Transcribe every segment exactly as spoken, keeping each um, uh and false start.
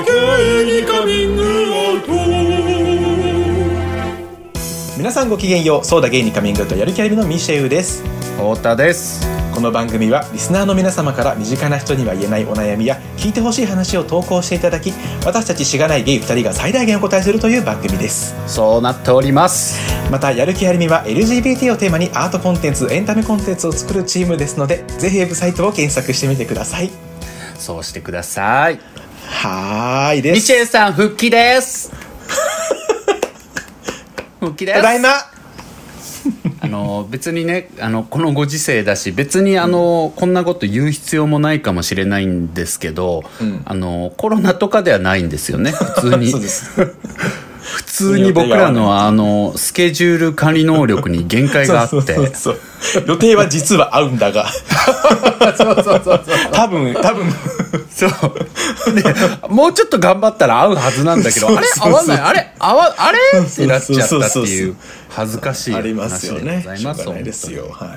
ゲイにカミングアウト。皆さんごきげんよう。そうだゲイにカミングアウトやる気ありみのミシェウです。 太田です。 この番組はリスナーの皆様から身近な人には言えないお悩みや聞いてほしい話を投稿していただき、私たちしがないゲイふたりが最大限お答えするという番組です。 そうなっております。 またやる気ありみは エルジービーティー をテーマにアートコンテンツ、エンタメコンテンツを作るチームですので、ぜひウェブサイトを検索してみてください。 そうしてください。 はーいです。 ミシェルさん復帰です復帰です。 ただいま。 あの別にね、あのこのご時世だし、別にあの、うん、こんなこと言う必要もないかもしれないんですけど、うん、あのコロナとかではないんですよね、普通にそうです普通に僕らのあのスケジュール管理能力に限界があって、 そうそうそう、予定は実は合うんだがそうそうそうそう多分多分そうでもうちょっと頑張ったら合うはずなんだけど、あれ合わない、あれ合わあれってなっちゃったっていう恥ずかしい話でございます。 ありますよね。しょうがないですよ。はい。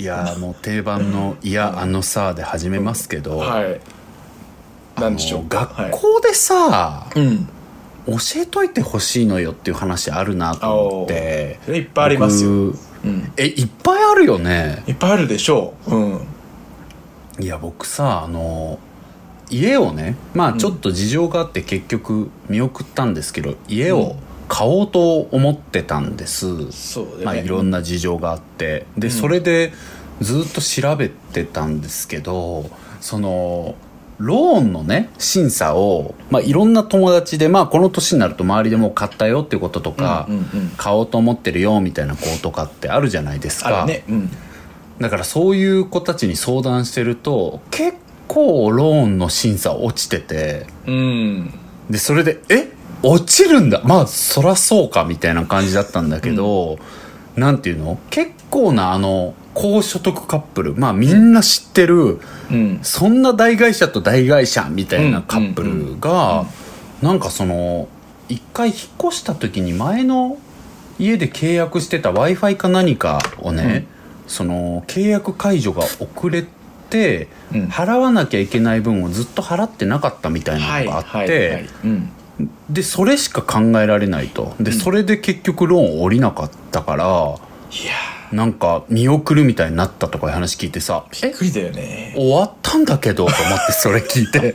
いやもう定番のいやあのさで始めますけど、 はい。なんでしょう。 学校でさ、はい、 うん教えといてほしいのよっていう話あるなと思って。 それいっぱいありますよ、うん、 えいっぱいあるよね。 いっぱいあるでしょう、うん、 いや僕さ、あの家をね、まあちょっと事情があって結局見送ったんですけど、家を買おうと思ってたんです、うん、 そうだね、 まあいろんな事情があって、で、うん、それでずっと調べてたんですけど、そのローンのね審査を、まあ、いろんな友達で、まあ、この年になると周りでもう買ったよっていうこととか、うんうんうん、買おうと思ってるよみたいな子とかってあるじゃないですか。 あるね、うん、 だからそういう子たちに相談してると結構ローンの審査落ちてて、 うん、 でそれでえ落ちるんだ、まあそらそうかみたいな感じだったんだけど、うん、なんていうの、結構なあの高所得カップル、まあみんな知ってる、うん、そんな大会社と大会社みたいなカップルが、なんかその一回引っ越した時に前の家で契約してた Wi-Fi か何かをね、うん、その契約解除が遅れて、うん、払わなきゃいけない分をずっと払ってなかったみたいなのがあって、はいはいはい、うん、でそれしか考えられないと。でそれで結局ローン降りなかったから、いやなんか見送るみたいになったとかいう話聞いてさ、 びっくりだよね。 終わったんだけどと思ってそれ聞いて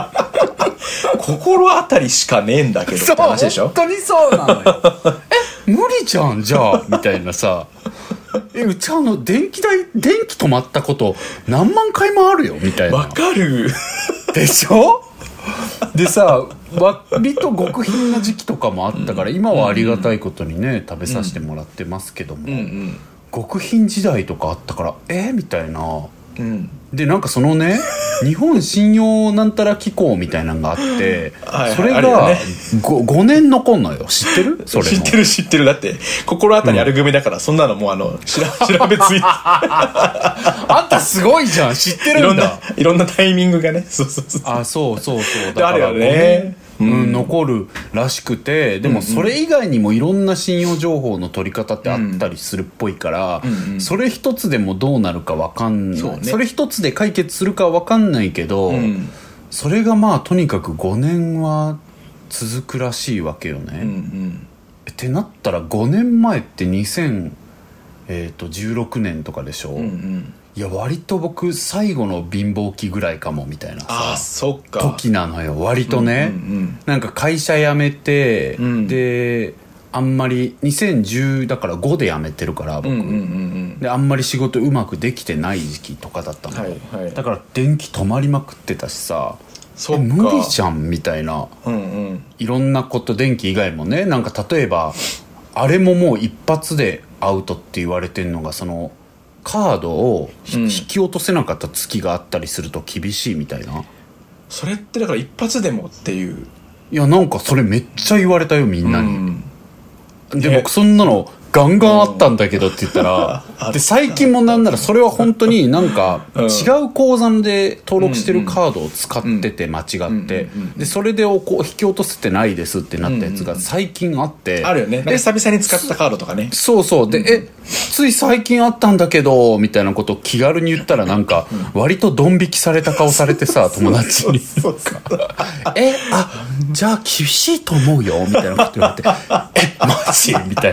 心当たりしかねえんだけどって話でしょ。 本当にそうなのよえ無理じゃんじゃあみたいなさえうちあの電気代電気止まったこと何万回もあるよみたいな。 わかるでしょでさ割と極貧な時期とかもあったから、うん、今はありがたいことにね食べさせてもらってますけども、うんうん、極貧時代とかあったからえー、みたいな、うん、でなんかそのね日本信用なんたら機構みたいなのがあってはい、それが 5, ごねん残んのよ。知ってる？それ知ってる知ってる。だって心当たりある組だから、うん、そんなのもうあの調べついてあんたすごいじゃん、知ってるんだ。 いろんないろんなタイミングがね、そうそうそう、 あそうそうそう、だからあるよね、 うん、残るらしくて、でもそれ以外にもいろんな信用情報の取り方ってあったりするっぽいから、うんうん、それ一つでもどうなるか分かんない、 そ,、ね、それ一つで解決するか分かんないけど、うん、それがまあとにかくごねんは続くらしいわけよね、うんうん、ってなったらごねんまえってにせんじゅうろくねんとかでしょ、うんうん、いや割と僕最後の貧乏期ぐらいかもみたいなさ、 あそっか時なのよ割とね、うんうんうん、なんか会社辞めて、うん、であんまりにせんじゅうだからごで辞めてるから僕、うんうんうんうん、であんまり仕事うまくできてない時期とかだったの、はいはい、だから電気止まりまくってたしさ、そっか無理じゃんみたいな、うんうん、いろんなこと電気以外もね、なんか例えばあれももう一発でアウトって言われてるのが、そのカードを、うん、引き落とせなかった月があったりすると厳しいみたいな。 それってだから一発でもっていう。 いやなんかそれめっちゃ言われたよみんなに、うん、で僕そんなのガンガンあったんだけどって言ったらで最近もなんならそれは本当になんか違う口座で登録してるカードを使ってて間違ってでそれでこう引き落とせてないですってなったやつが最近あってあるよね。久々に使ったカードとかね。 そうそうで、うん、えつい最近あったんだけどみたいなことを気軽に言ったらなんか割とドン引きされた顔されてさ友達にえあじゃあ厳しいと思うよみたいなこと言われてえマジみたい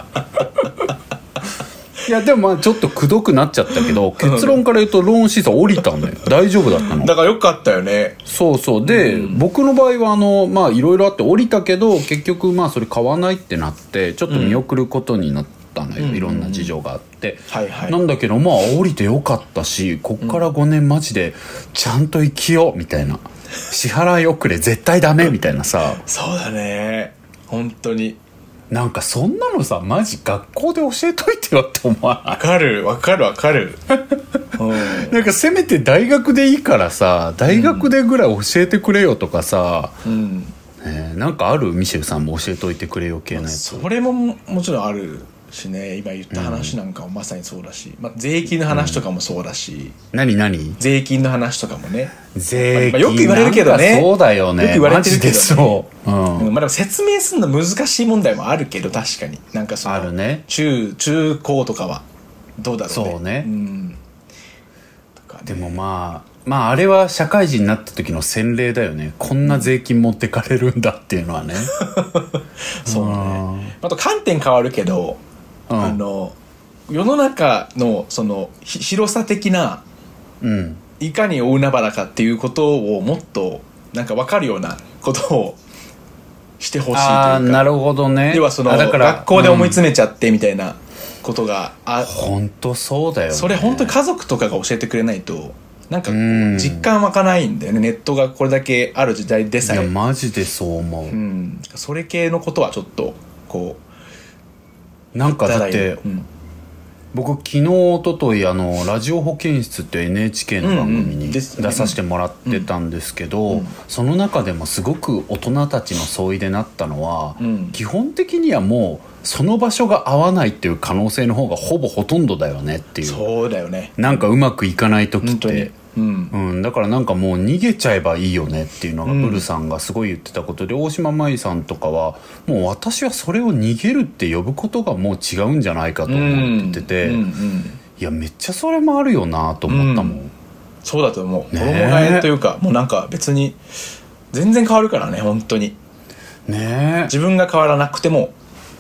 ないやでもまあちょっとくどくなっちゃったけど結論から言うとローン審査降りたんだよ大丈夫だったのだからよかったよね。 そうそうで、うん、僕の場合はあのまあいろいろあって降りたけど結局まあそれ買わないってなってちょっと見送ることになったのよ、うん、いろんな事情があって、 はいはい、 なんだけどまあ降りてよかったしこっからごねんマジでちゃんと生きようみたいな支払い遅れ絶対ダメみたいなさそうだね本当になんかそんなのさマジ学校で教えといてよって思わない？ わかるわかるわかるなんかせめて大学でいいからさ大学でぐらい教えてくれよとかさ、うんね、なんかあるミシェルさんも教えといてくれよ系のやつ。 それももちろんあるしね今言った話なんかもまさにそうだし、うんまあ、税金の話とかもそうだし、うん、 何何税金の話とかもね税金、 まあ、よく言われるけどねそうだよねよく言われてるけど、ね、マジでそう、 うんまあ、でも説明するの難しい問題もあるけど確かになんかそのあるね中中高とかはどうだろうねそうね、 うんとかねでもまあまああれは社会人になった時の洗礼だよねこんな税金持ってかれるんだっていうのはねそうねあと観点変わるけどうん、あの世の中のその広さ的な、うん、いかに大海原かっていうことをもっとなんか分かるようなことをしてほしいというかあなるほどね要はそのだから学校で思い詰めちゃってみたいなことが、 うん、あ本当そうだよねそれ本当に家族とかが教えてくれないとなんか実感湧かないんだよね、うん、ネットがこれだけある時代でさえいやマジでそう思う、 うん、それ系のことはちょっとこうなんかだって、うん、僕昨日一昨日あのラジオ保健室って エヌエイチケー の番組に出させてもらってたんですけど、うんうん、その中でもすごく大人たちの総意でなったのは、うん、基本的にはもうその場所が合わないっていう可能性の方がほぼほとんどだよねっていうそうだよねなんかうまくいかない時ってうんうん、だからなんかもう逃げちゃえばいいよねっていうのがブルさんがすごい言ってたことで、うん、大島麻衣さんとかはもう私はそれを逃げるって呼ぶことがもう違うんじゃないかと思ってて、うんうんうん、いやめっちゃそれもあるよなと思ったもん、うん、 そうだと思う、ね、衣替えというかもうなんか別に全然変わるからね本当にね自分が変わらなくても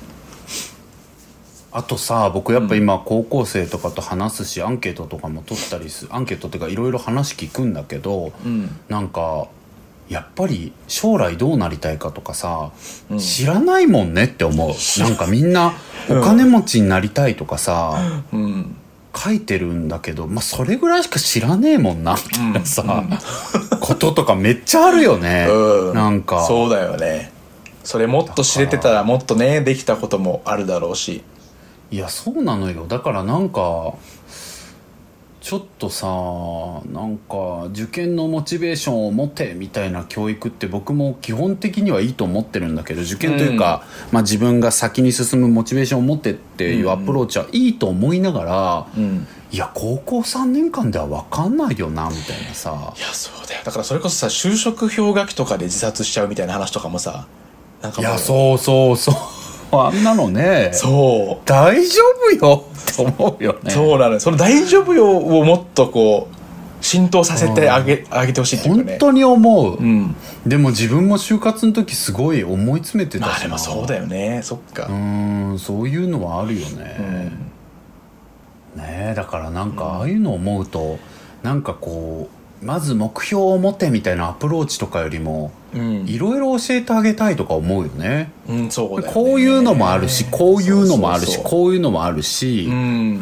あとさ僕やっぱ今高校生とかと話すし、うん、アンケートとかも取ったりするアンケートっていうかいろいろ話聞くんだけど、うん、なんかやっぱり将来どうなりたいかとかさ、うん、知らないもんねって思うなんかみんなお金持ちになりたいとかさ、うん、書いてるんだけど、まあ、それぐらいしか知らねえもんなみたいなさ、うん、こととかめっちゃあるよね、うん、なんかそうだよねそれもっと知れてたらもっとねできたこともあるだろうしいやそうなのよだからなんかちょっとさなんか受験のモチベーションを持てみたいな教育って僕も基本的にはいいと思ってるんだけど受験というか、うんまあ、自分が先に進むモチベーションを持ってっていうアプローチはいいと思いながら、うん、いや高校さんねんかんでは分かんないよなみたいなさいやそうだよだからそれこそさ就職氷河期とかで自殺しちゃうみたいな話とかもさなんかいやそうそうそうあんなのねそう大丈夫よって思うよねそうなのその大丈夫よをもっとこう浸透させてあげ、うん、あげてほしいっていうかね本当に思う、うん、でも自分も就活の時すごい思い詰めてたしな、まあ、 でもそうだよねそっかうんそういうのはあるよね、うん、ねえだからなんかああいうのを思うと、うん、なんかこうまず目標を持てみたいなアプローチとかよりもいろいろ教えてあげたいとか思うよね、 うん、そうだよねこういうのもあるしこういうのもあるしそうそうそうこういうのもあるし、うん、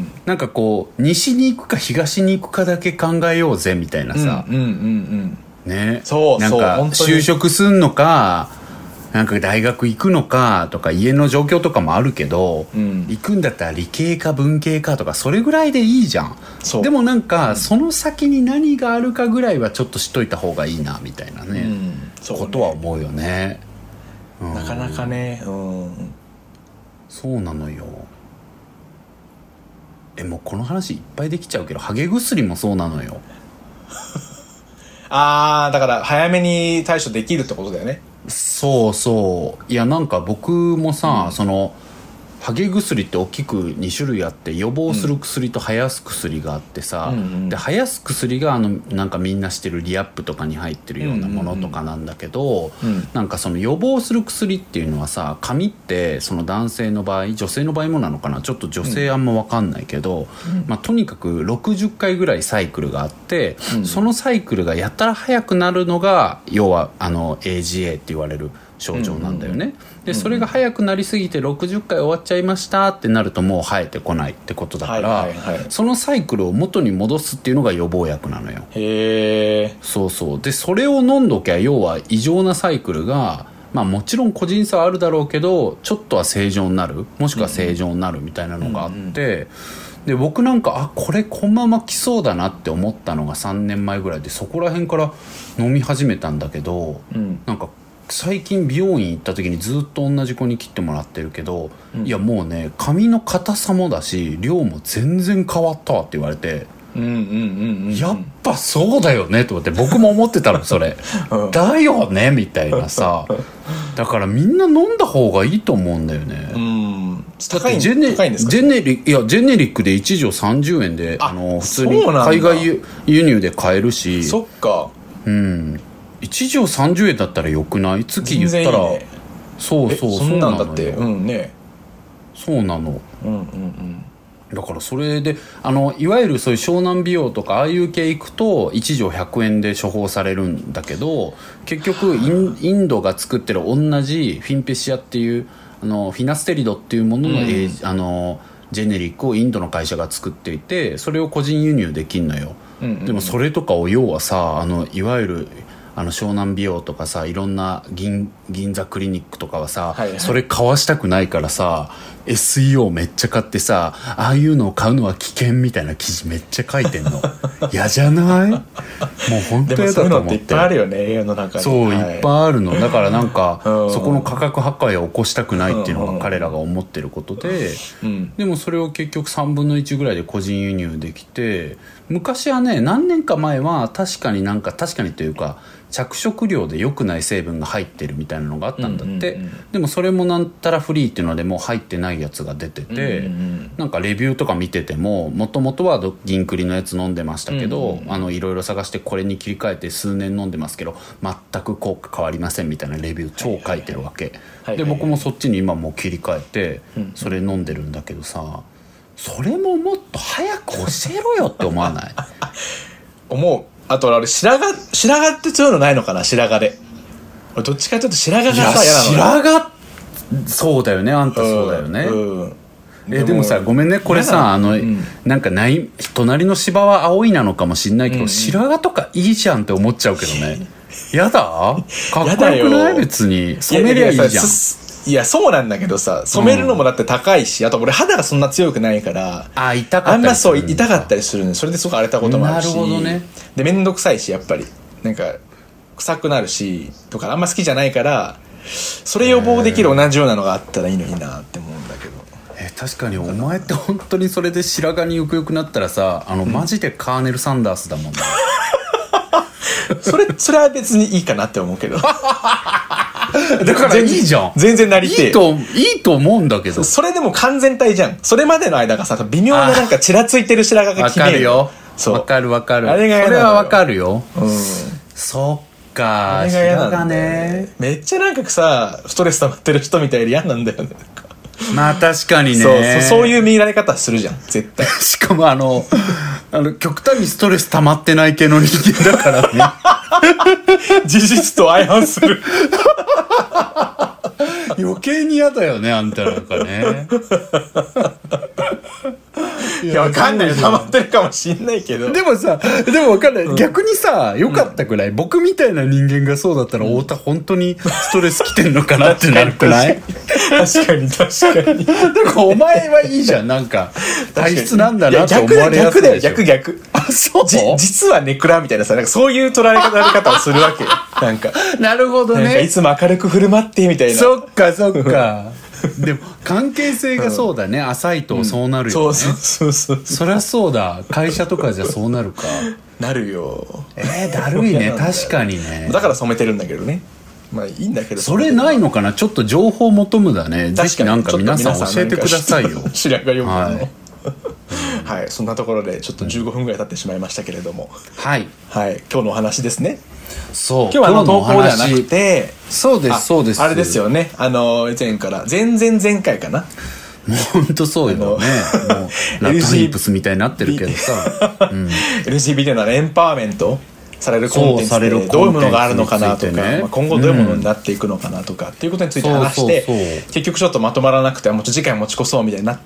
なんかこう西に行くか東に行くかだけ考えようぜみたいなさ、うんうんうんうん、ねそうなんか就職すんのかなんか大学行くのかとか家の状況とかもあるけど、うん、行くんだったら理系か文系かとかそれぐらいでいいじゃんでもなんか、うん、その先に何があるかぐらいはちょっと知っといた方がいいなみたいなね、うんそうねことは思うよね、 うん、なかなかね、うん、 そうなのよえもうこの話いっぱいできちゃうけど、ハゲ薬もそうなのよ。 あー、だから早めに対処できるってことだよね。 そうそう。いやなんか僕もさ、うん、そのハゲ薬って大きくに種類あって、予防する薬と生やす薬があってさ、うん、で生やす薬があのなんかみんな知ってるリアップとかに入ってるようなものとかなんだけど、うんうんうん、なんかその予防する薬っていうのはさ、髪ってその男性の場合、女性の場合もなのかな、ちょっと女性あんま分かんないけど、うんまあ、とにかくろくじゅっかいぐらいサイクルがあって、うん、そのサイクルがやたら早くなるのが要はあの エージーエー って言われる症状なんだよね、うんうんうん、でそれが早くなりすぎてろくじゅっかい終わっちゃいましたってなるともう生えてこないってことだから、はいはいはい、そのサイクルを元に戻すっていうのが予防薬なのよ。 へー。 そうそう。でそれを飲んどきゃ要は異常なサイクルが、まあもちろん個人差はあるだろうけどちょっとは正常になる、もしくは正常になるみたいなのがあって、うんうん、で僕なんかあこれこのまま来そうだなって思ったのがさんねんまえぐらいで、そこら辺から飲み始めたんだけど、うん、なんか最近美容院行った時にずっと同じ子に切ってもらってるけど、うん、いやもうね髪の硬さもだし量も全然変わったわって言われて、うんうんうんうんうん、やっぱそうだよねと思って、僕も思ってたのそれ、うん、だよねみたいなさ。だからみんな飲んだ方がいいと思うんだよね。うん、高いんですか？ジェネリいやジェネリックでいち錠さんじゅうえんであの普通に海外輸入で買えるし。 そっか。 うんいち錠さんじゅうえんだったらよくない？月言ったらいい、ね、そうそうそんなんだってうんねそうなの、うんうんうん、だからそれであのいわゆるそういう湘南美容とかああいう系行くといち錠ひゃくえんで処方されるんだけど、結局イ ン, インドが作ってる同じフィンペシアっていうあのフィナステリドっていうものの、うん、あのジェネリックをインドの会社が作っていて、それを個人輸入できんのよ、うんうんうん、でもそれとかを要はさあのいわゆるあの湘南美容とかさいろんな 銀, 銀座クリニックとかはさ、はいはい、それ買わしたくないからさ エスイーオー めっちゃ買ってさ、ああいうのを買うのは危険みたいな記事めっちゃ書いてんの。嫌じゃない？もう本当嫌だと思って。でもそういうのっていっぱいあるよね世の中に。そう、はい、いっぱいあるのだからなんかそこの価格破壊を起こしたくないっていうのが彼らが思ってることで、うん、でもそれを結局さんぶんのいちぐらいで個人輸入できて、昔はね何年か前は確かになんか確かにというか着色料で良くない成分が入ってるみたいなのがあったんだって、うんうんうん、でもそれもなんたらフリーっていうのでもう入ってないやつが出てて、うんうん、なんかレビューとか見ててももともとは銀クリのやつ飲んでましたけど、うんうんうん、あのいろいろ探してこれに切り替えて数年飲んでますけど全く効果変わりませんみたいなレビュー超書いてるわけ、はいはいはい、で僕もそっちに今もう切り替えてそれ飲んでるんだけどさ、それももっと早く教えろよって思わない？ 思う。あとあれ白髪白髪ってそういうのないのかな？白髪で俺どっちかというと白髪がさ嫌なの。 白髪そうだよね、あんたそうだよね、うんうん、えでもさごめんねこれさあの、うん、なんかない隣の芝は青いなのかもしんないけど、うんうん、白髪とかいいじゃんって思っちゃうけどね。やだかっこよくない？別に染めりゃいいじゃん。 いやそうなんだけどさ染めるのもだって高いし、うん、あと俺肌がそんな強くないからあ痛かったりするんだ。あんまそう痛かったりするんでそれですごく荒れたこともあるし、 なるほどね。 でめんどくさいしやっぱりなんか臭くなるしとかあんま好きじゃないから、それ予防できる同じようなのがあったらいいのになって思うんだけど、 えー、確かにお前って本当にそれで白髪によくよくなったらさあの、うん、マジでカーネル・サンダースだもんね。 それそれは別にいいかなって思うけど。 だからいいじゃん。 全然なりていいといいと思うんだけど。 それでも完全体じゃん。それまでの間がさ微妙ななんかちらついてる白髪がきれい。わかるよ。そうわかるわかる。あれがそれはわかるよ。うん。そっか。あれが嫌なんだね。 めっちゃなんかさストレス溜まってる人みたいで嫌なんだよね。 まあ確かにね。 そうそうそういう見られ方するじゃん絶対。 しかもあのあの極端にストレス溜まってない系の人間だからね。 事実と相反する。 余計に嫌だよねあんたなんかね。 いやわかんないよ溜まってるかもしんないけどでもさでもわかんない、うん、逆にさよかったくらい、うん、僕みたいな人間がそうだったら、うん、太田本当にストレスきてんのかなってなるくらい。 確かに確かに。 でもお前はいいじゃんなんか体質なんだなって思われやすいでしょ。 逆だよ逆逆。あそうじ実はネクラみたいなさなんかそういう捉え方をするわけよ。なんかなるほどね。なんかいつも明るく振る舞ってみたいな。 そっかそっか。 でも関係性がそうだね、うん、浅いとそうなるよね、うん、そうそうそうそうそりゃそうだ、会社とかじゃそうなるかなるよ。 えー、だるいね確かにね。 だから染めてるんだけどね。まあいいんだけど、 それないのかな、ちょっと情報求むだね。ぜひなんか皆さん教えてくださいよ。 白髪よくのはいはい、そんなところでちょっとじゅうごふんぐらい経ってしまいましたけれども、 はい、 はい、今日のお話ですね。 そう、 今日はあの投稿ではなくて、 そうですそうです、 あれですよね、あの以前から前々前回かな、 もうほんとそうよね、もうラッドヒープスみたいになってるけどさ、うん、 エルジービーティー のエンパワーメントされるコンテンツでどういうものがあるのかなとか、ね、まあ、今後どういうものになっていくのかなとか、うん、っていうことについて話して、そうそうそう、結局ちょっとまとまらなくて、もう次回持ち越そうみたいになって、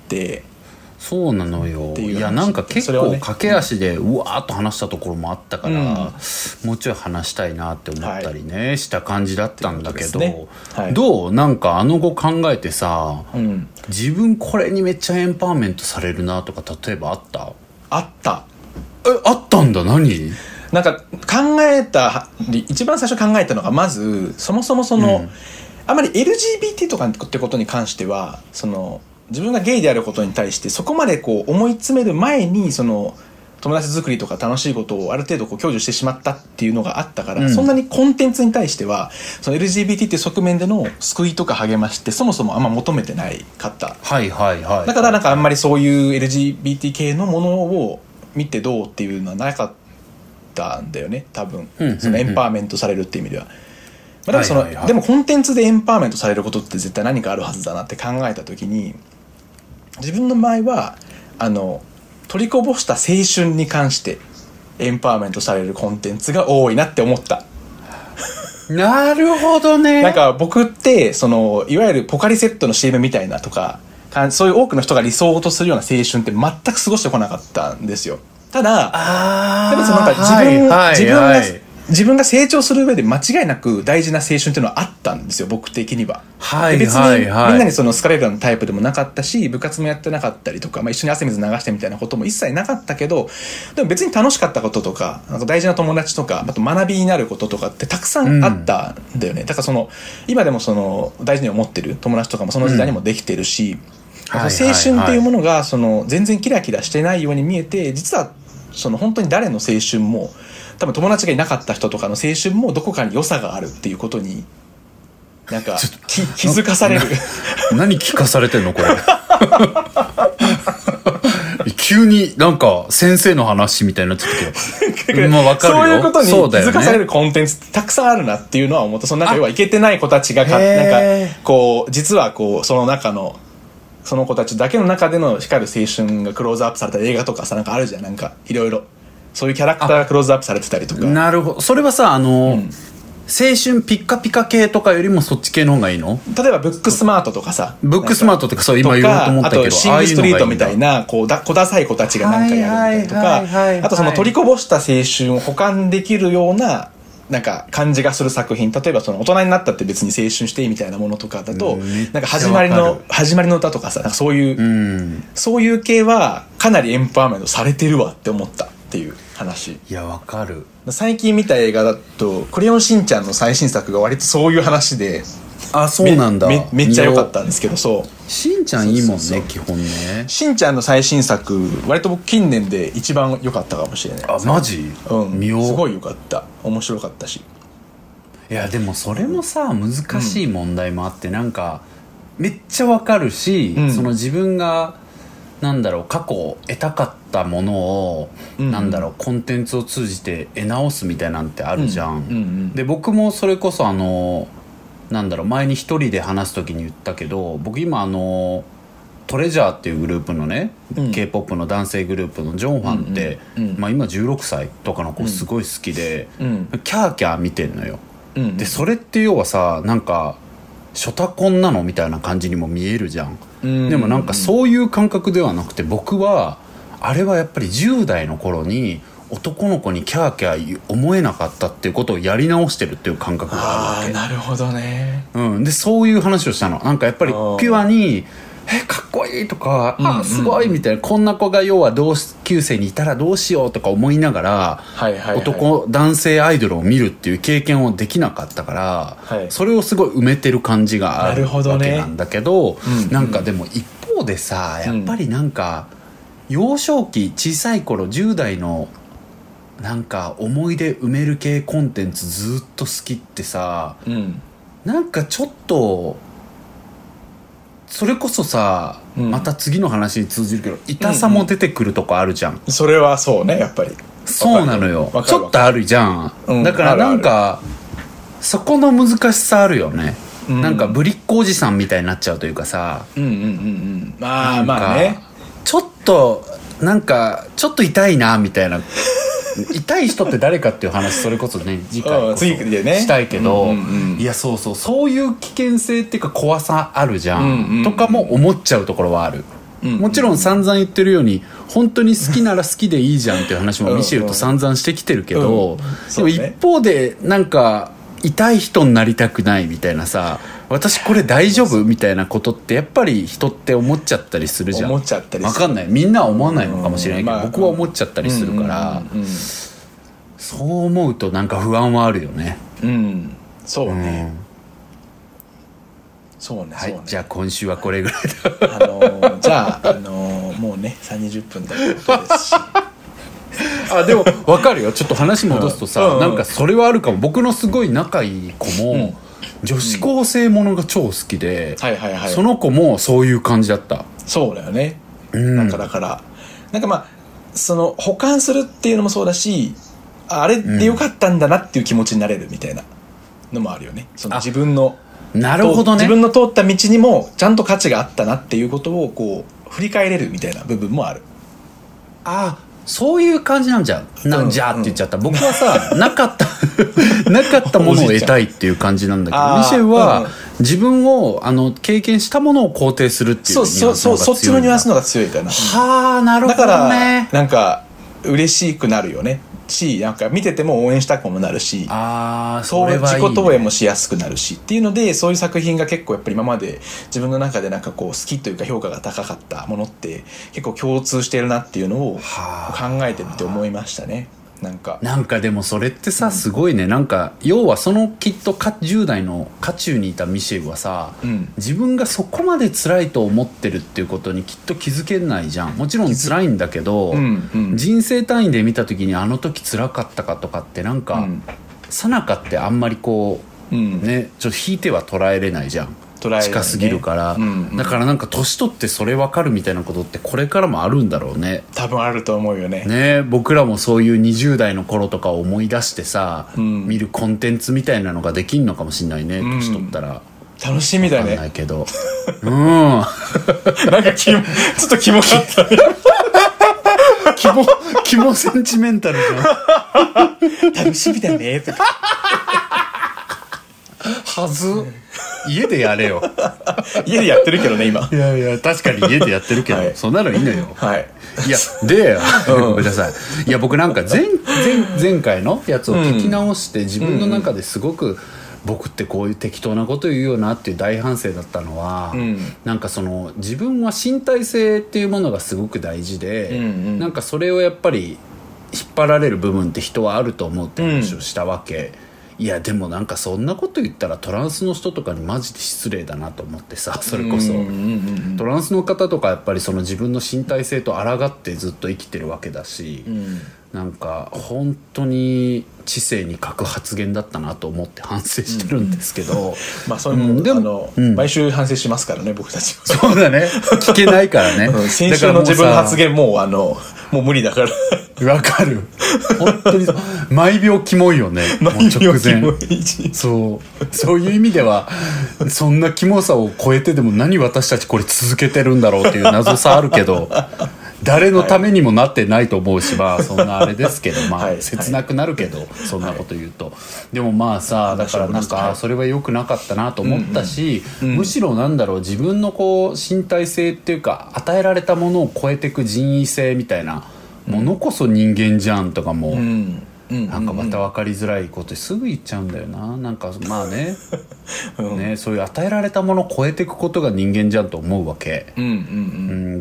そうなのよ。いやなんか結構駆け足でうわーっと話したところもあったから、うん、もうちょい話したいなって思ったりね、はい、した感じだったんだけど、ね、はい、どうなんかあの後考えてさ、うん、自分これにめっちゃエンパワーメントされるなとか例えばあった？ あった。 え、あったんだ。何？ なんか考えた一番最初考えたのが、まずそもそもその、うん、あまり エルジービーティー とかってことに関しては、その自分がゲイであることに対してそこまでこう思い詰める前に、その友達作りとか楽しいことをある程度こう享受してしまったっていうのがあったから、うん、そんなにコンテンツに対してはその エルジービーティー っていう側面での救いとか励ましってそもそもあんま求めてないかった、 はいはいはい、 だからなんかあんまりそういう エルジービーティー 系のものを見てどうっていうのはなかったんだよね多分、うんうんうん、そのエンパワーメントされるっていう意味では。まあ、でもその、はいはいはい、でもコンテンツでエンパワーメントされることって絶対何かあるはずだなって考えた時に、自分の場合はあの取りこぼした青春に関してエンパワーメントされるコンテンツが多いなって思った。 なるほどね。 なんか僕ってそのいわゆるポカリセットの シーエム みたいなとか、そういう多くの人が理想とするような青春って全く過ごしてこなかったんですよ。ただでもそのなんか自分、はいはいはい、自分が自分が成長する上で間違いなく大事な青春っていうのはあったんですよ、僕的には。はいはいはい、別にみんなにその好かれるようなタイプでもなかったし、部活もやってなかったりとか、まあ、一緒に汗水流してみたいなことも一切なかったけど、でも別に楽しかったこととか、なんか大事な友達とか、あと学びになることとかってたくさんあったんだよね、うん、だからその今でもその大事に思ってる友達とかもその時代にもできてるし、うん、青春っていうものがその全然キラキラしてないように見えて、実はその本当に誰の青春も多分友達がいなかった人とかの青春もどこかに良さがあるっていうことになんか気づかされる。 何聞かされてんのこれ。急になんか先生の話みたいになっちゃったけど、まあ、分かるよ。 そういうことに気づかされるコンテンツたくさんあるなっていうのは思った。そのなんか要はイケてない子たちがかなんかこう実はこうその中のその子たちだけの中での光る青春がクローズアップされた映画とかさ、なんかあるじゃん、なんかいろいろそういうキャラクターがクローズアップされてたりとか。 なるほど。それはさ、あの、うん、青春ピッカピカ系とかよりもそっち系の方がいいの？ 例えばブックスマートとかさ、 ブックスマートとかそう今言おうと思ったけど、あとシングストリートみたいなこうだ小ダサい子たちがなんかやるみたいなとか、はいはいはいはい、あとその取りこぼした青春を保管できるようななんか感じがする作品、例えばその大人になったって別に青春していいみたいなものとかだと、なんか始まりの始まりの歌とかさ、なんかそういう、うん、そういう系はかなりエンパワーメントされてるわって思ったっていう話。 いやわかる。 最近見た映画だとクレヨンしんちゃんの最新作が割とそういう話で、 あ、そうなんだ。 め, め, めっちゃ良かったんですけど、そうしんちゃんいいもんね。そうそうそう、基本ね。 しんちゃんの最新作割と僕近年で一番良かったかもしれない。 あ、マジ？ うん、見よう。すごい良かった。面白かったし。 いやでもそれもさ難しい問題もあって、うん、なんかめっちゃわかるし、うん、その自分がなんだろう過去得たかったものを、うん、なんだろうコンテンツを通じて得直すみたいなんてあるじゃん、うんうんうん、で僕もそれこそあのなんだろう前に一人で話す時に言ったけど、僕今あのトレジャーっていうグループのね、うん、K-ポップ の男性グループのジョンファンって、うんうん、まあ、今じゅうろくさいとかの子すごい好きで、うん、キャーキャー見てんのよ、うん、でそれって要はさなんかショタコンなのみたいな感じにも見えるじゃん、うん、でもなんかそういう感覚ではなくて、僕はあれはやっぱりじゅう代の頃に男の子にキャーキャー思えなかったっていうことをやり直してるっていう感覚があるわけ。 あーなるほどね、 うん、でそういう話をしたの。なんかやっぱりピュアにえかっこいいとか、うんうん、あすごいみたいな、こんな子が要は同級生にいたらどうしようとか思いながら、はいはいはい、男男性アイドルを見るっていう経験をできなかったから、はい、それをすごい埋めてる感じがあるわけなんだけど、なるほどね、なんかでも一方でさ、やっぱりなんか、うん、幼少期小さい頃じゅう代のなんか思い出埋める系コンテンツずっと好きってさ、うん、なんかちょっとそれこそさ、うん、また次の話に通じるけど痛さも出てくるとこあるじゃん、うんうん、 それはそうね、やっぱりそうなのよ、ちょっとあるじゃん、うん、だからなんかそこの難しさあるよね、うん、なんかぶりっ子おじさんみたいになっちゃうというかさ、うんうんうんうん、まあまあね、ちょっとなんかちょっと痛いなみたいな痛い人って誰かっていう話それこそね次回こそしたいけど、うんうんうん、いやそうそうそういう危険性っていうか怖さあるじゃん、うんうんうん、とかも思っちゃうところはある、うんうん、もちろん散々言ってるように本当に好きなら好きでいいじゃんっていう話もミシェルと散々してきてるけど、うんうん、でも一方でなんか痛い人になりたくないみたいなさ、私これ大丈夫みたいなことってやっぱり人って思っちゃったりするじゃん。 思っちゃったりする。 分かんない、みんなは思わないのかもしれないけど、まあ、僕は思っちゃったりするから、うんうんうんうん、そう思うとなんか不安はあるよね。うんそうね、うん、そうね、 はい、 そうね。 じゃあ今週はこれぐらいだあのー、じゃあ、あのー、もうねさんじゅっぷんだってことですしあでも分かるよ、ちょっと話戻すとさ、うんうん、なんかそれはあるかも。僕のすごい仲いい子も、うん、女子高生ものが超好きで、うんはいはいはい、その子もそういう感じだった。 そうだよね、うん、なんかだからなんかまあその補完するっていうのもそうだし、あれでよかったんだなっていう気持ちになれるみたいなのもあるよね。その自分のなるほどね、 自分の通った道にもちゃんと価値があったなっていうことをこう振り返れるみたいな部分もある。 ああそういう感じなんじゃん。なんじゃって言っちゃった、うん、僕はさなかったなかったものを得たいっていう感じなんだけど、ミシェルは、うん、自分をあの経験したものを肯定するっていうニュアンスの方が強いんだ。 そうそうそう、そっちのニュアンスの方が強いかな。 はあなるほどね。 だからなんか嬉しくなるよねし、なんか見てても応援したくもなるし、あそれはいいね、自己投影もしやすくなるしっていうので、そういう作品が結構やっぱり今まで自分の中でなんかこう好きというか評価が高かったものって結構共通してるなっていうのを考えてみて思いましたね。なんかなんかでもそれってさ、すごいね、なんか要はそのきっとじゅう代の渦中にいたミシェルはさ、うん、自分がそこまで辛いと思ってるっていうことにきっと気づけないじゃん。もちろん辛いんだけど、うんうん、人生単位で見た時にあの時辛かったかとかってなんかさなかってあんまりこう、うん、ねちょっと引いては捉えれないじゃん、ね、近すぎるから、うんうん、だからなんか年取ってそれ分かるみたいなことってこれからもあるんだろうね。 多分あると思うよね。 ね、僕らもそういうにじゅう代の頃とかを思い出してさ、うん、見るコンテンツみたいなのができんのかもしれないね、年取ったら。 楽しみだね。 分かんないけどうんなんかキモちょっとキモかったねキモキモセンチメンタルじゃん楽しみだねとかはず家でやれよ家でやってるけどね今。 いやいや確かに家でやってるけど、はい、そんなのいいのよ。はいいやで、うん、ごめんなさい。いや僕なんか 前, 前, 前回のやつを聞き直して自分の中ですごく僕ってこういう適当なこと言うよなっていう大反省だったのは、うん、なんかその自分は身体性っていうものがすごく大事で、うんうん、なんかそれをやっぱり引っ張られる部分って人はあると思うって話をしたわけ、うん、いやでもなんかそんなこと言ったらトランスの人とかにマジで失礼だなと思ってさ、それこそ、うんうんうん、トランスの方とかやっぱりその自分の身体性と抗ってずっと生きてるわけだし、うんなんか本当に知性に欠く発言だったなと思って反省してるんですけど、うん、 まあそれも、うん、でもあの、うん、毎週反省しますからね僕たちは。 そうだね聞けないからね、 うん、先週の自分の発言もうあのもう無理だからわかる本当に毎秒キモいよねもう直前そうそういう意味ではそんなキモさを超えてでも何私たちこれ続けてるんだろうっていう謎さあるけど誰のためにもなってないと思うし、まあそんなあれですけどまあ切なくなるけどそんなこと言うと、でもまあさだからなんかそれは良くなかったなと思ったし、むしろなんだろう自分のこう身体性っていうか与えられたものを超えていく人為性みたいなものこそ人間じゃんとかもうんうんうん、なんかまた分かりづらいことすぐ言っちゃうんだよな。なんかまあね、うん、ね、そういう与えられたものを超えていくことが人間じゃんと思うわけ、うんうんうんうん、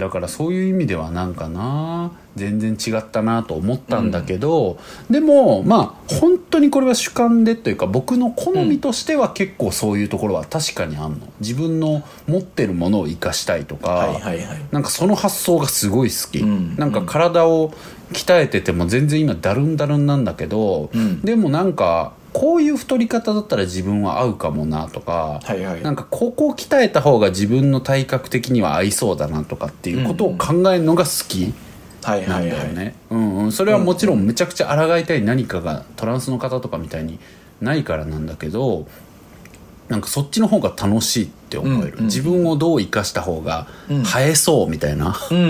だからそういう意味ではなんかな全然違ったなと思ったんだけど、うん、でもまあ本当にこれは主観でというか僕の好みとしては結構そういうところは確かにあんの。自分の持ってるものを生かしたいとか、はいはいはい、なんかその発想がすごい好き、うん、なんか体を鍛えてても全然今ダルンダルンなんだけど、うん、でもなんかこういう太り方だったら自分は合うかもなとか、はいはい、なんかここを鍛えた方が自分の体格的には合いそうだなとかっていうことを考えるのが好きなんだよね。それはもちろんめちゃくちゃ抗いたい何かがトランスの方とかみたいにないからなんだけど、なんかそっちの方が楽しいって思える、うんうん、自分をどう生かした方が映えそうみたいな、うんうん、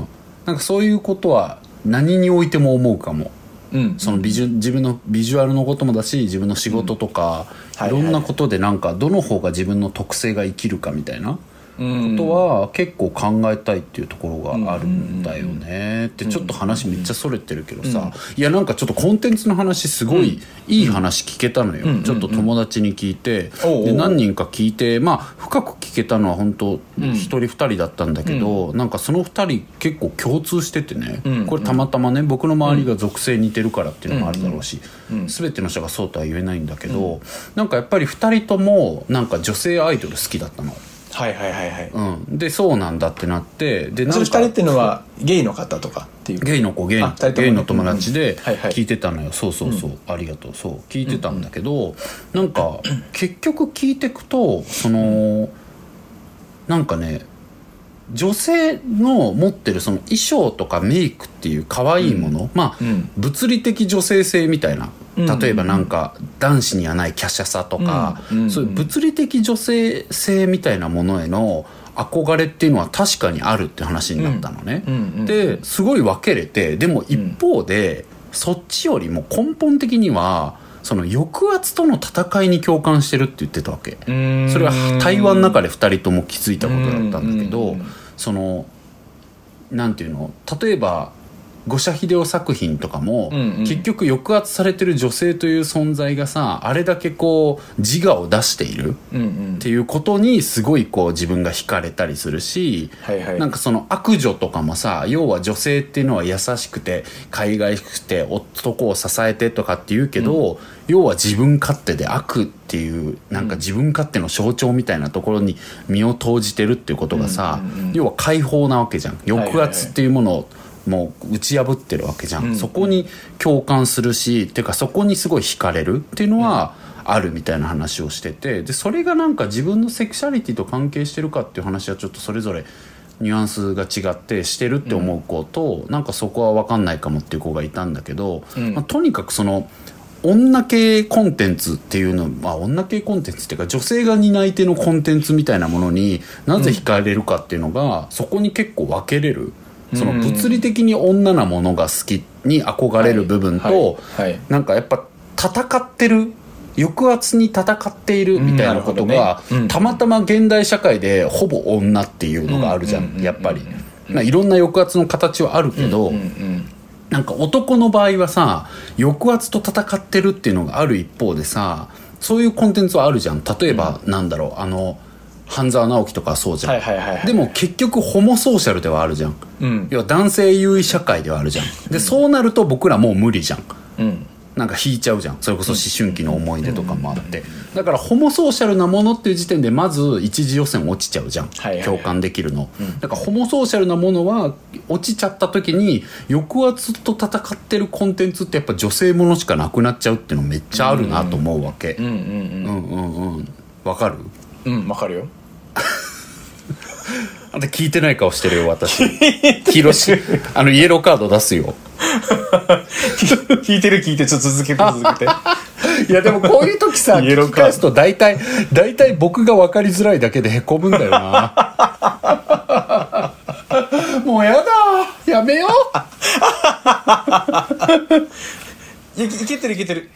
なんかそういうことは何においても思うかも。うん、そのビジュ自分のビジュアルのこともだし自分の仕事とか、うん、いろんなことでなんかどの方が自分の特性が生きるかみたいなことは結構考えたいっていうところがあるんだよねってちょっと話めっちゃそれてるけどさ、いやなんかちょっとコンテンツの話すごいいい話聞けたのよ。ちょっと友達に聞いてで何人か聞いてまあ深く聞けたのは本当ひとりふたりだったんだけど、なんかそのふたり結構共通しててね、これたまたまね僕の周りが属性似てるからっていうのもあるだろうし全ての人がそうとは言えないんだけど、なんかやっぱりふたりともなんか女性アイドル好きだったの。 はいはいはいはい、 うん、でそうなんだってなってでなんかそれふたりっていうのはゲイの方とかっていうゲイの子ゲイのゲイの友達で聞いてたのよ、うんはいはい、そうそうそう、うん、ありがとうそう聞いてたんだけど、うんうん、なんか結局聞いてくとそのなんかね女性の持ってるその衣装とかメイクっていう可愛いもの、うん、まあ、うん、物理的女性性みたいな例えばなんか男子にはない華奢さとか、うん、そういう物理的女性性みたいなものへの憧れっていうのは確かにあるって話になったのね、うんうんうん、ですごい分けれてでも一方で、うん、そっちよりも根本的にはその抑圧との戦いに共感してるって言ってたわけ。それは対話の中でふたりとも気づいたことだったんだけど、そのなんていうの例えば五社秀夫作品とかも、うんうん、結局抑圧されてる女性という存在がさあれだけこう自我を出しているっていうことにすごいこう自分が惹かれたりするし、はいはい、なんかその悪女とかもさ要は女性っていうのは優しくて海外しくて男を支えてとかって言うけど、うん、要は自分勝手で悪っていうなんか自分勝手の象徴みたいなところに身を投じてるっていうことがさ、うんうんうん、要は解放なわけじゃん。抑圧っていうものをもう打ち破ってるわけじゃん、うん、そこに共感するしっていうかそこにすごい惹かれるっていうのはあるみたいな話をしててでそれがなんか自分のセクシャリティと関係してるかっていう話はちょっとそれぞれニュアンスが違ってしてるって思う子と、うん、なんかそこは分かんないかもっていう子がいたんだけど、うんまあ、とにかくその女系コンテンツっていうの、まあ、女系コンテンツっていうか女性が担い手のコンテンツみたいなものになぜ惹かれるかっていうのが、うん、そこに結構分けれる。その物理的に女なものが好きに憧れる部分と、はいはいはい、なんかやっぱ戦ってる抑圧に戦っているみたいなことが、うんねうん、たまたま現代社会でほぼ女っていうのがあるじゃん、うん、やっぱり、まあ、いろんな抑圧の形はあるけど、うんうんうん、なんか男の場合はさ抑圧と戦ってるっていうのがある一方でさそういうコンテンツはあるじゃん。例えば、うん、なんだろうあの半沢直樹とかそうじゃん、はいはいはいはい、でも結局ホモソーシャルではあるじゃん、うん、要は男性優位社会ではあるじゃんで、うん、そうなると僕らもう無理じゃん、うん、なんか引いちゃうじゃん。それこそ思春期の思い出とかもあって、うん、だからホモソーシャルなものっていう時点でまず一次予選落ちちゃうじゃん、はいはいはい、共感できるの、うん、だからホモソーシャルなものは落ちちゃった時に抑圧と戦ってるコンテンツってやっぱ女性ものしかなくなっちゃうっていうのめっちゃあるなと思うわけ。うんうんうんうんわかる？ うんわかるよあんた聞いてない顔してるよ私広しあのイエローカード出すよ聞いてる聞いてちょっと続けて続けていやでもこういう時さ聞き返すと大体大体僕が分かりづらいだけでへこむんだよなもうやだやめようい, いけてるいけてる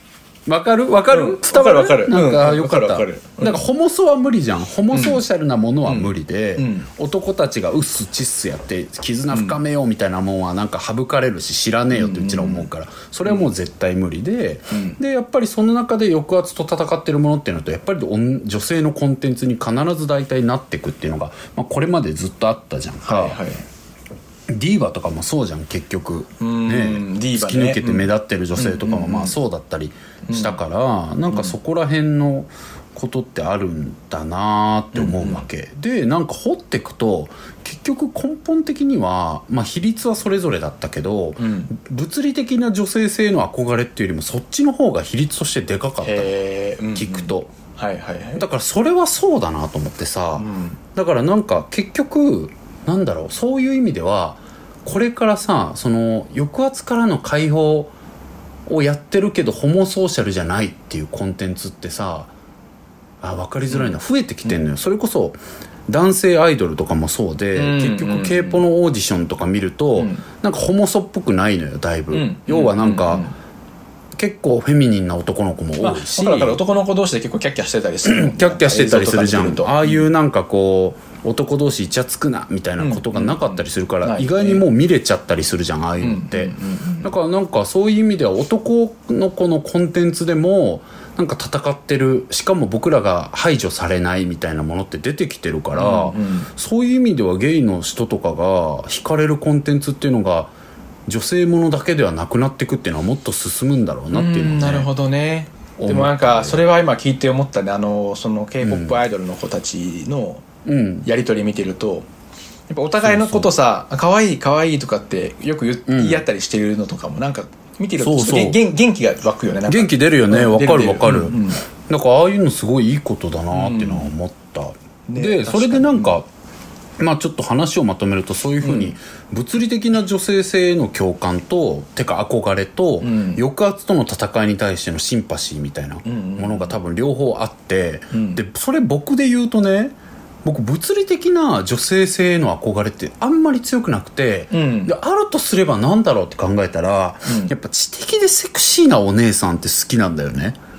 わかるわかる、うん、伝わるわかるなんかよかった、 わかるわかる、うん、 なんかホモソは無理じゃん。ホモソーシャルなものは無理で、 うんうん、 男たちがウッスチッスやって絆深めようみたいなもんはなんか省かれるし知らねえよってうちら思うから、それはもう絶対無理で、うん、でやっぱりその中で抑圧と戦ってるものっていうのとやっぱり女性のコンテンツに必ず大体なってくっていうのが、まあ、これまでずっとあったじゃんか、はいはい、ディーバとかもそうじゃん結局ね、突き抜けて目立ってる女性とかもまあそうだったりしたから、うん、なんかそこら辺のことってあるんだなって思うわけ、うん、でなんか掘ってくと結局根本的には、まあ、比率はそれぞれだったけど、うん、物理的な女性性の憧れっていうよりもそっちの方が比率としてでかかった、聞くと、 はいはいはい、 だからそれはそうだなと思ってさ、うん、だからなんか結局なんだろう、そういう意味ではこれからさ、その抑圧からの解放をやってるけどホモソーシャルじゃないっていうコンテンツってさ、あ、分かりづらいな、増えてきてんのよ、うん、それこそ男性アイドルとかもそうで、うん、結局 K-ポ のオーディションとか見ると、うん、なんかホモソっぽくないのよだいぶ、うん、要はなんか、うんうんうん、結構フェミニンな男の子も多いし、 まあ、だから男の子同士で結構キャッキャしてたりするキャッキャしてたりするじゃん。ああいうなんかこう男同士イチャつくなみたいなことがなかったりするから、うんうんうん、意外にもう見れちゃったりするじゃんああいうのって、うんうんうん、だからなんかそういう意味では男の子のコンテンツでもなんか戦ってる、しかも僕らが排除されないみたいなものって出てきてるから、うんうん、そういう意味ではゲイの人とかが惹かれるコンテンツっていうのが女性ものだけではなくなっていくっていうのはもっと進むんだろうなっていうのを、ね、 なるほどね。でもなんかそれは今聞いて思ったね。あのその K-ポップ アイドルの子たちのやり取り見てると、やっぱお互いのことさ、可愛い可愛いとかってよく言い合ったりしてるのとかもなんか見てるとちょっと元気が湧くよね。なんか元気出るよね。わ、うん、かるわかる、うんうん、なんかああいうのすごいいいことだなっていうのは思った、うんね、でそれでなんか、まあちょっと話をまとめるとそういうふうに物理的な女性性への共感とてか憧れと抑圧との戦いに対してのシンパシーみたいなものが多分両方あって、でそれ僕で言うとね、僕物理的な女性性への憧れってあんまり強くなくて、うん、であるとすればなんだろうって考えたら、うん、やっぱ知的でセクシーなお姉さんって好きなんだよね、うん、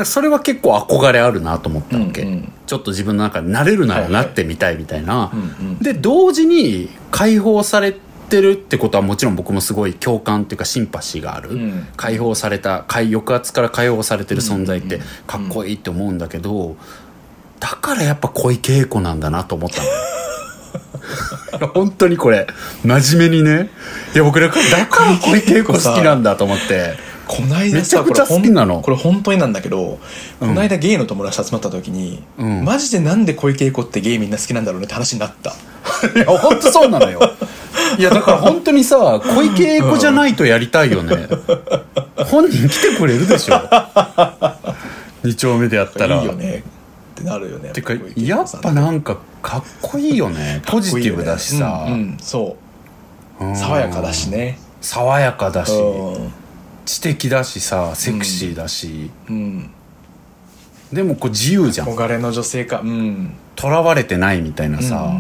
それは結構憧れあるなと思ったわけ、うんうん、ちょっと自分の中でなれるならなってみたいみたいな、はいはい、で同時に解放されてるってことはもちろん僕もすごい共感っていうかシンパシーがある、うん、解放された抑圧から解放されてる存在ってかっこいいって思うんだけど、だからやっぱ小池栄子なんだなと思ったの本当にこれ真面目にね、いや僕だから小池栄子好きなんだと思って、 こないださ、めちゃくちゃ好きなのこれ本当になんだけど、この間ゲイの友達と集まった時に、うん、マジでなんで小池栄子ってゲイみんな好きなんだろうねって話になったいや本当そうなのよいやだから本当にさ、小池栄子じゃないとやりたいよね本人来てくれるでしょに丁目でやったらいいよねってなるよね。 てかやっぱなんかかっこいいよねポジティブだしさ、 うんうん、そう、うん、爽やかだしね、 爽やかだし、うん、知的だしさ、セクシーだし、うんうん、でもこう自由じゃん、 憧れの女性か、うん、 囚われてないみたいなさ、うんうんうんうん、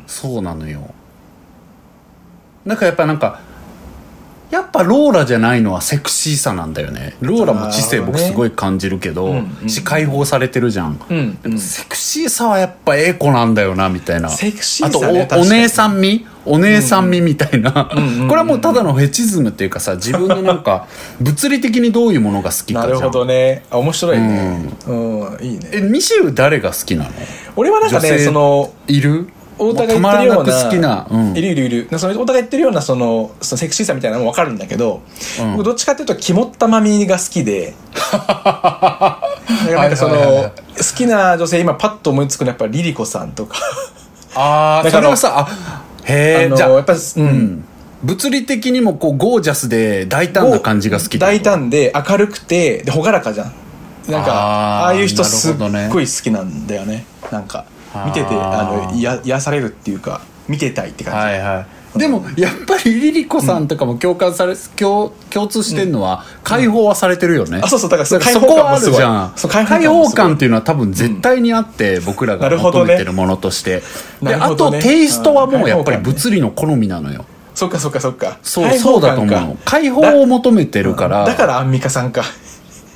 そうなのよ。なんかやっぱなんかやっぱローラじゃないのはセクシーさなんだよね。ローラも知性僕すごい感じるけど、ね、うんうん、し解放されてるじゃん、うんうん、でもセクシーさはやっぱ栄子なんだよなみたいな。 セクシーさ、ね、 あと お, お姉さん味お姉さん味みたいな、うんうん、これはもうただのフェチズムっていうかさ、自分のなんか物理的にどういうものが好きかじゃん。なるほどね、あ面白いね、うん、うん、いいね。 えミシェル誰が好きなの？ 俺はなんかね、そのいる太田が言ってるような好きな、うん、 いるいるいる、その太田が言ってるようなその、そのセクシーさみたいなのも分かるんだけど、うん、僕どっちかっていうと肝っ玉みが好きでなんかその、はいはいはいはい、好きな女性今パッと思いつくのはやっぱリリコさんとかああそれはさ、あへえ、じゃあやっぱ、うん、うん、物理的にもこうゴージャスで大胆な感じが好き。 大胆で明るくてで朗らかじゃん。なんか あ, ああいう人すっごい好きなんだよね。なんか見ててあのや癒されるっていうか見てたいって感じ、はいはい、 でもやっぱりリリコさんとかも共感され、うん、共, 共通してるのは解放はされてるよね、うん、 あそうそう、だからそこはあるじゃん。解放感っていうのは多分絶対にあって、うん、僕らが求めてるものとして、ね、で、ね、あとテイストはもうやっぱり物理の好みなのよ。 そっかそっかそっか、 そうそうだと思う。解放を求めてるから、 うん、だからアンミカさんか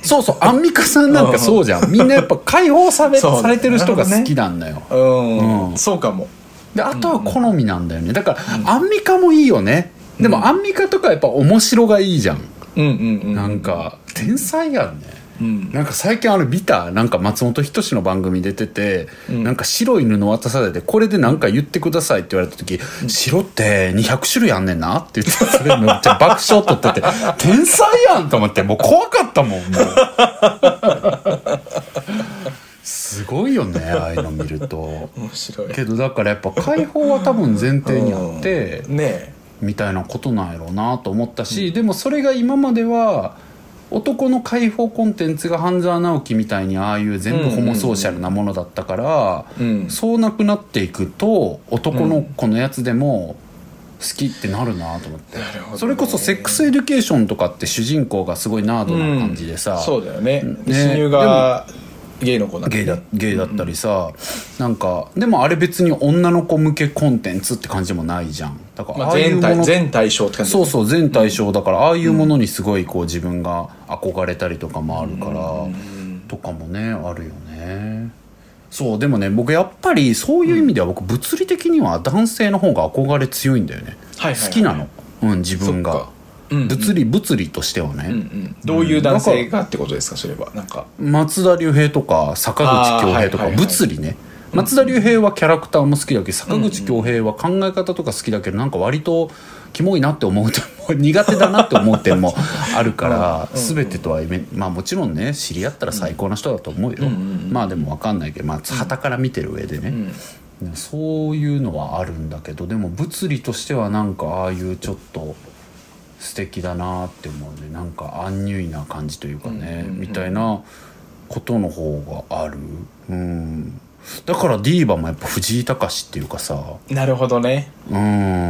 そうそう、アンミカさんなんかそうじゃん。みんなやっぱ解放され、されてる人が好きなんだよ。 うん、うん、そうかも。 であとは好みなんだよね。だから、うん、アンミカもいいよね。でも、うん、アンミカとかやっぱ面白がいいじゃん。 うんうんうん、 なんか天才やんね。うん、なんか最近あれ見た、なんか松本人志の番組出てて、うん、なんか白い布渡されてこれで何か言ってくださいって言われた時、うん、白ってにひゃく種類あんねんなって言ってそれめっちゃ爆笑取ってて天才やんと思って、もう怖かったもん。もうすごいよね、ああいうの見ると。 面白いけどだからやっぱ解放は多分前提にあって、 うん、ねみたいなことなんやろうなと思ったし、うん、でもそれが今までは男の解放コンテンツが半沢直樹みたいにああいう全部ホモソーシャルなものだったから、うんうんうん、そうなくなっていくと男の子のやつでも好きってなるなと思って、うん、それこそセックスエデュケーションとかって主人公がすごいナードな感じでさ、うん、 そうだよね、ね、親友がゲイの子だったり、 ゲイだ、ゲイだったりさ、うん、なんかでもあれ別に女の子向けコンテンツって感じもないじゃん。だからああいうもの、 まあ、全対象って感じ、 そうそう全対象だから、うん、ああいうものにすごいこう自分が憧れたりとかもあるから、うん、とかもねあるよね。そうでもね、僕やっぱりそういう意味では僕物理的には男性の方が憧れ強いんだよね、はいはいはい、好きなの、うん、自分がうんうん、物理物理としてはね、うんうん、 どういう男性がってことですか。それはなんか松田龍平とか坂口恭平とか、はいはいはい、物理ね、松田龍平はキャラクターも好きだけど、坂口恭平は考え方とか好きだけど、なんか割とキモいなって思うと苦手だなって思う点もあるから全てとはまあもちろんね知り合ったら最高な人だと思うよ、うんうんうん、まあでも分かんないけど、まあ傍から見てる上でね、うんうん、そういうのはあるんだけど、でも物理としてはなんかああいうちょっと素敵だなって思うね。なんかアンニュイな感じというかね、うんうんうん、みたいなことの方がある、うん、だからディーバもやっぱ藤井隆っていうかさ。 なるほどね、 うん、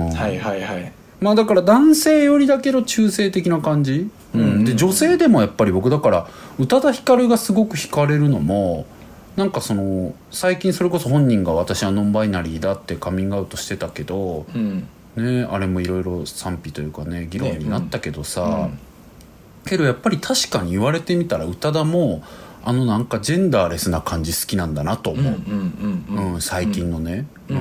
はいはいはい。 まあだから男性よりだけど中性的な感じ、うんうんうん、で女性でもやっぱり僕だから宇多田ヒカルがすごく惹かれるのも、なんかその最近それこそ本人が私はノンバイナリーだってカミングアウトしてたけど、うんね、あれもいろいろ賛否というかね議論になったけどさ、ねうん、けどやっぱり確かに言われてみたら宇多田もあのなんかジェンダーレスな感じ好きなんだなと思う、うんうんうんうん、最近のね、うんうん、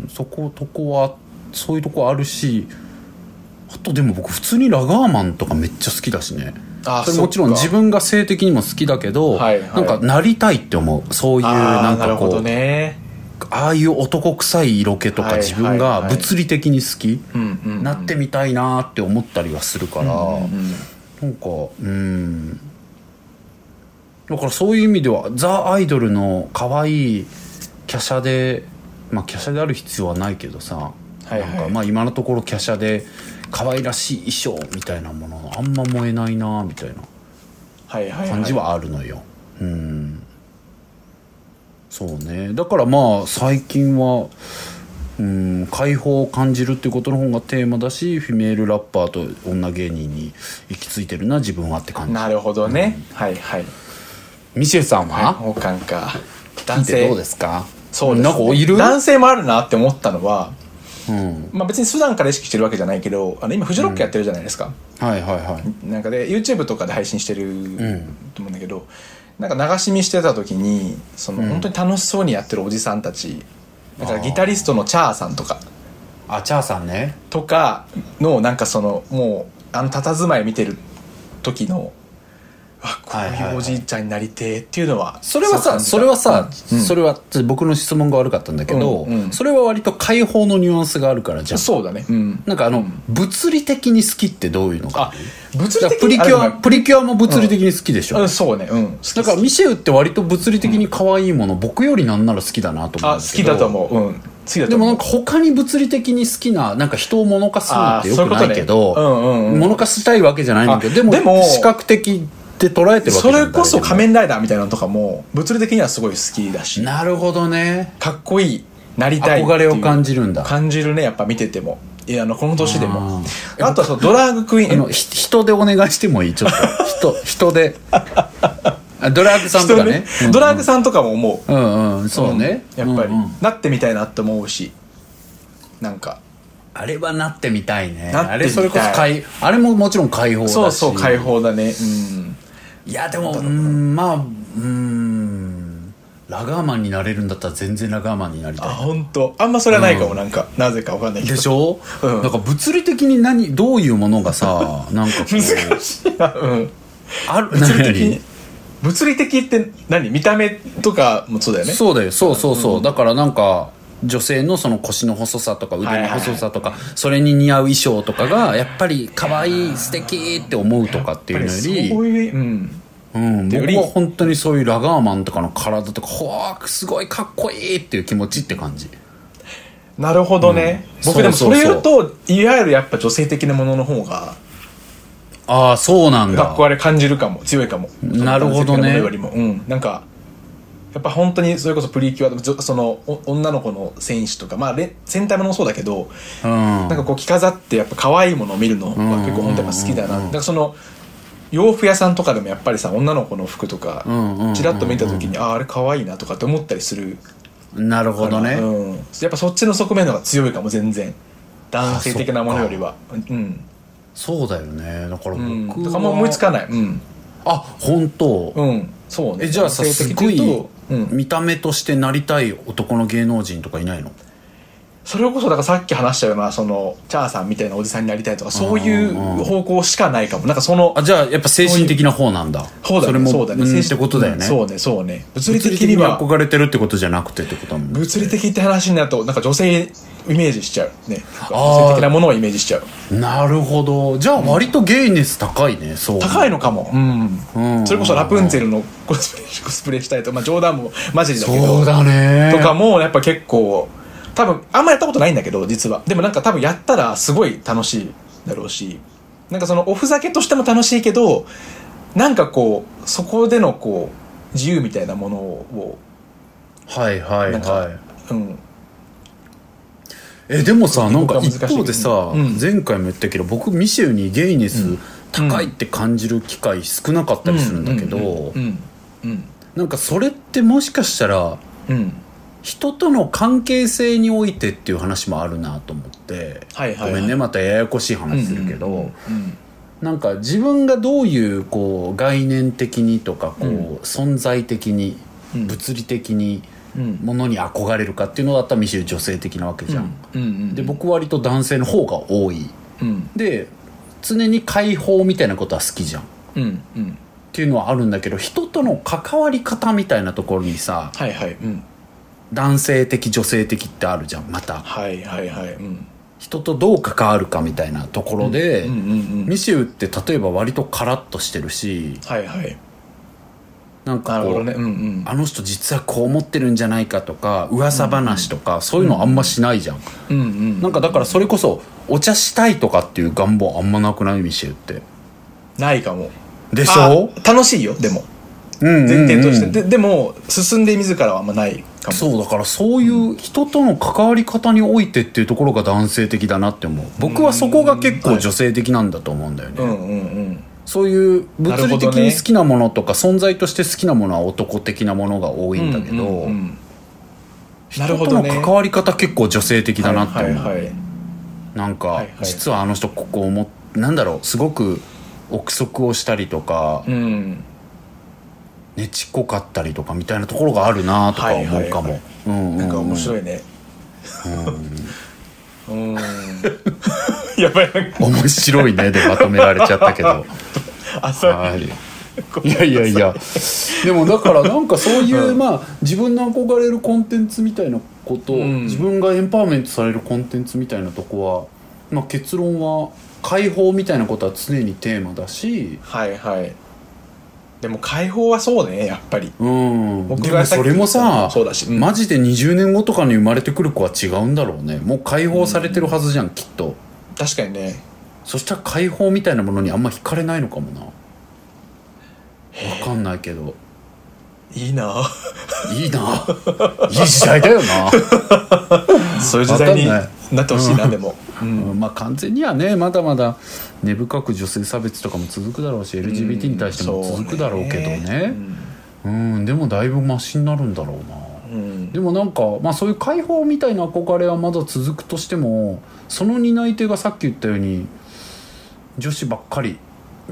そことこはそういうとこあるし、あとでも僕普通にラガーマンとかめっちゃ好きだしね。あ、それもちろん自分が性的にも好きだけど、はいはい、なんかなりたいって思う。そういうなんかこう、なるほどね、ああいう男臭い色気とか自分が物理的に好き、はいはいはい、なってみたいなって思ったりはするから、うんうんうん、なんかうんだからそういう意味ではザ・アイドルの可愛い華奢で、まあ華奢である必要はないけどさ、はいはい、なんかまあ今のところ華奢で可愛らしい衣装みたいなものあんま燃えないなみたいな感じはあるのよ、はいはいはい、うんそうね。だからまあ最近はうん解放を感じるっていうことの方がテーマだし、フィメールラッパーと女芸人に行き着いてるな自分はって感じ。 なるほどね、うん、はいはい。 ミシェルさんはおかんか男性どうですか。 そうです、ね、 なんかいる男性もあるなって思ったのは、 うんまあ、別に普段から意識してるわけじゃないけど、あの今フジロックやってるじゃないですか、 うん、はいはいはい。 なんかで YouTube とかで配信してると思うんだけど、うんなんか流し見してた時にその本当に楽しそうにやってるおじさんたち、だからギタリストのチャーさんとかあチャーさんねとかのなんかそのもうあの佇まい見てる時のあこういうおじいちゃんになりてーっていうのは、 それはさそれはさ、うん、それは僕の質問が悪かったんだけど、うんうん、それは割と解放のニュアンスがあるからじゃん。 そうだね、うん、 なんかあの、うん、物理的に好きってどういうのか。 あ物理的にプリキュアプリキュアも物理的に好きでしょ、 うんうん、そうね、うん、 だからミシェウって割と物理的に可愛いもの、うん、僕よりなんなら好きだなと思うんですけど。 あ好きだと思う、うん、好きだと思う。 でもなんか他に物理的に好きななんか人を物化するのってよくないけど、 うう、ねうんうんうん、 物化したいわけじゃないんだけど、でも、でも視覚的って捉えてるわけじゃん。 それこそ仮面ライダーみたいなのとかも物理的にはすごい好きだし。 なるほどね。 かっこいいなりたい憧れを感じるんだ。 感じるねやっぱ見てても。いやあのこの年でも あ, あとはそのドラァグクイーンあの人でお願いしてもいいちょっと人人でドラッグさんとか ね, ね、 うんうん、ドラッグさんとかも思う、 うんうんそうね、 うん、やっぱり、うんうん、なってみたいなって思うし、なんかあれはなってみたいね。 なってみたい。 あれそれこそ解あれももちろん解放だし。 そうそう解放だね、うんいやでもうんまあうんラガーマンになれるんだったら全然ラガーマンになりたい。 あ本当あんまそれはないかも、うん、なんかなぜかわかんないけどでしょ、うん、なんか物理的に何どういうものがさなんかこう難しいな、うん、 ある物理的に物理的って何見た目とかもそうだよね。 そうだよそうそうそう、うん、だからなんか女性のその腰の細さとか腕の細さとか、はいはいはい、それに似合う衣装とかがやっぱり可愛い素敵って思うとかっていうのよりそういう、うんうん、僕は本当にそういうラガーマンとかの体とかほわーすごいかっこいいっていう気持ちって感じ。 なるほどね、うん、僕でもそれ言うといわゆるやっぱ女性的なものの方がああそうなんだかっこあれ感じるかも強いかも。 なるほどね。 よりも、うん、なんかやっぱ本当にそれこそプリキュアその女の子の戦士とかまあ戦隊ものもそうだけど、うん、なんかこう着飾ってやっぱ可愛いものを見るのは結構本当に好きだな、うんうんうん、だからその洋服屋さんとかでもやっぱりさ女の子の服とかチラッと見た時に、うんうんうんうん、あああれ可愛いなとかって思ったりする。 なるほどね、 うん、やっぱそっちの側面の方が強いかも全然男性的なものよりは。うん、 そうだよね。だから僕は、うん、 だからもう思いつかない、うん、 あ本当うんそうね。 えじゃあさすごい見た目としてなりたい男の芸能人とかいないの？ それこそだからさっき話したようなそのチャーさんみたいなおじさんになりたいとかそういう方向しかないかも。なんかそのあじゃあやっぱ精神的な方なんだ。 そうだね、それもそうだね、うん、ってことだよね、 うん、そうねそうね。物理的には物理的に憧れてるってことじゃなくてってことだもんね。 物理的って話になるとなんか女性イメージしちゃうね。女性的なものをイメージしちゃう。 なるほど。じゃあ割とゲイネス高いね、うん、そう高いのかも、うんうん、それこそラプンツェルのコスプレ、コスプレしたいと、まあ、冗談もマジだけどそうだねとかもやっぱ結構多分あんまやったことないんだけど実はでもなんか多分やったらすごい楽しいだろうし、なんかそのおふざけとしても楽しいけどなんかこうそこでのこう自由みたいなものをはいはいはい、うん、えでもさなんか一方でさ、うん、前回も言ったけど僕ミシェルにゲイネス高いって感じる機会少なかったりするんだけどなんかそれってもしかしたら、うん人との関係性においてっていう話もあるなと思って、はいはいはい、ごめんねまたややこしい話するけど、うんうんうんうん、なんか自分がどういうこう概念的にとかこう、うん、存在的に、うん、物理的にものに憧れるかっていうのだったらむしろ女性的なわけじゃん、うんうんうん、で僕割と男性の方が多い、うん、で常に解放みたいなことは好きじゃん、うんうん、っていうのはあるんだけど人との関わり方みたいなところにさ、はいはいうん男性的女性的ってあるじゃんまたはいはいはい、うん、人とどう関わるかみたいなところで、うんうんうんうん、ミシェウって例えば割とカラッとしてるしはいはいなんかこう、ねうんうん、あの人実はこう思ってるんじゃないかとか噂話とか、うんうん、そういうのあんましないじゃん、うんうん、なんかだからそれこそお茶したいとかっていう願望あんまなくないミシェウってないかもでしょ。 楽しいよでも前提として、うんうんうん、で, でも進んで自らはあんまないかも。そうだからそういう人との関わり方においてっていうところが男性的だなって思う。僕はそこが結構女性的なんだと思うんだよね、うんうんうん、そういう物理的に好きなものとか、ね、存在として好きなものは男的なものが多いんだけど、うんうんうん、人との関わり方結構女性的だなって思う、はいはいはい、なんか、はいはい、実はあの人ここ思なんだろうすごく憶測をしたりとか、うんねちっこかったりとかみたいなところがあるなとか思うかも、はいはいはいうんうんうん、 なんか面白いねうんうんやばい面白いねでまとめられちゃったけどあそうはいいやいやいやでもだからなんかそういう、うん、まあ自分の憧れるコンテンツみたいなこと、うん、自分がエンパワーメントされるコンテンツみたいなとこは、まあ、結論は解放みたいなことは常にテーマだしはいはいでも解放はそうねやっぱり、うん、 僕がそれもさそうだし、うん、マジでにじゅうねんごとかに生まれてくる子は違うんだろうね。もう解放されてるはずじゃん、うん、きっと。 確かにね。 そしたら解放みたいなものにあんま惹かれないのかもな。分かんないけどいいないいないい時代だよなそういう時代になってほしいな、うん、でも、 うんうん、まあ完全にはねまだまだ根深く女性差別とかも続くだろうし、うん、エルジービーティー に対しても続くだろうけどね、うん、うん、でもだいぶマシになるんだろうな、うん、でもなんか、まあ、そういう解放みたいな憧れはまだ続くとしてもその担い手がさっき言ったように女子ばっかり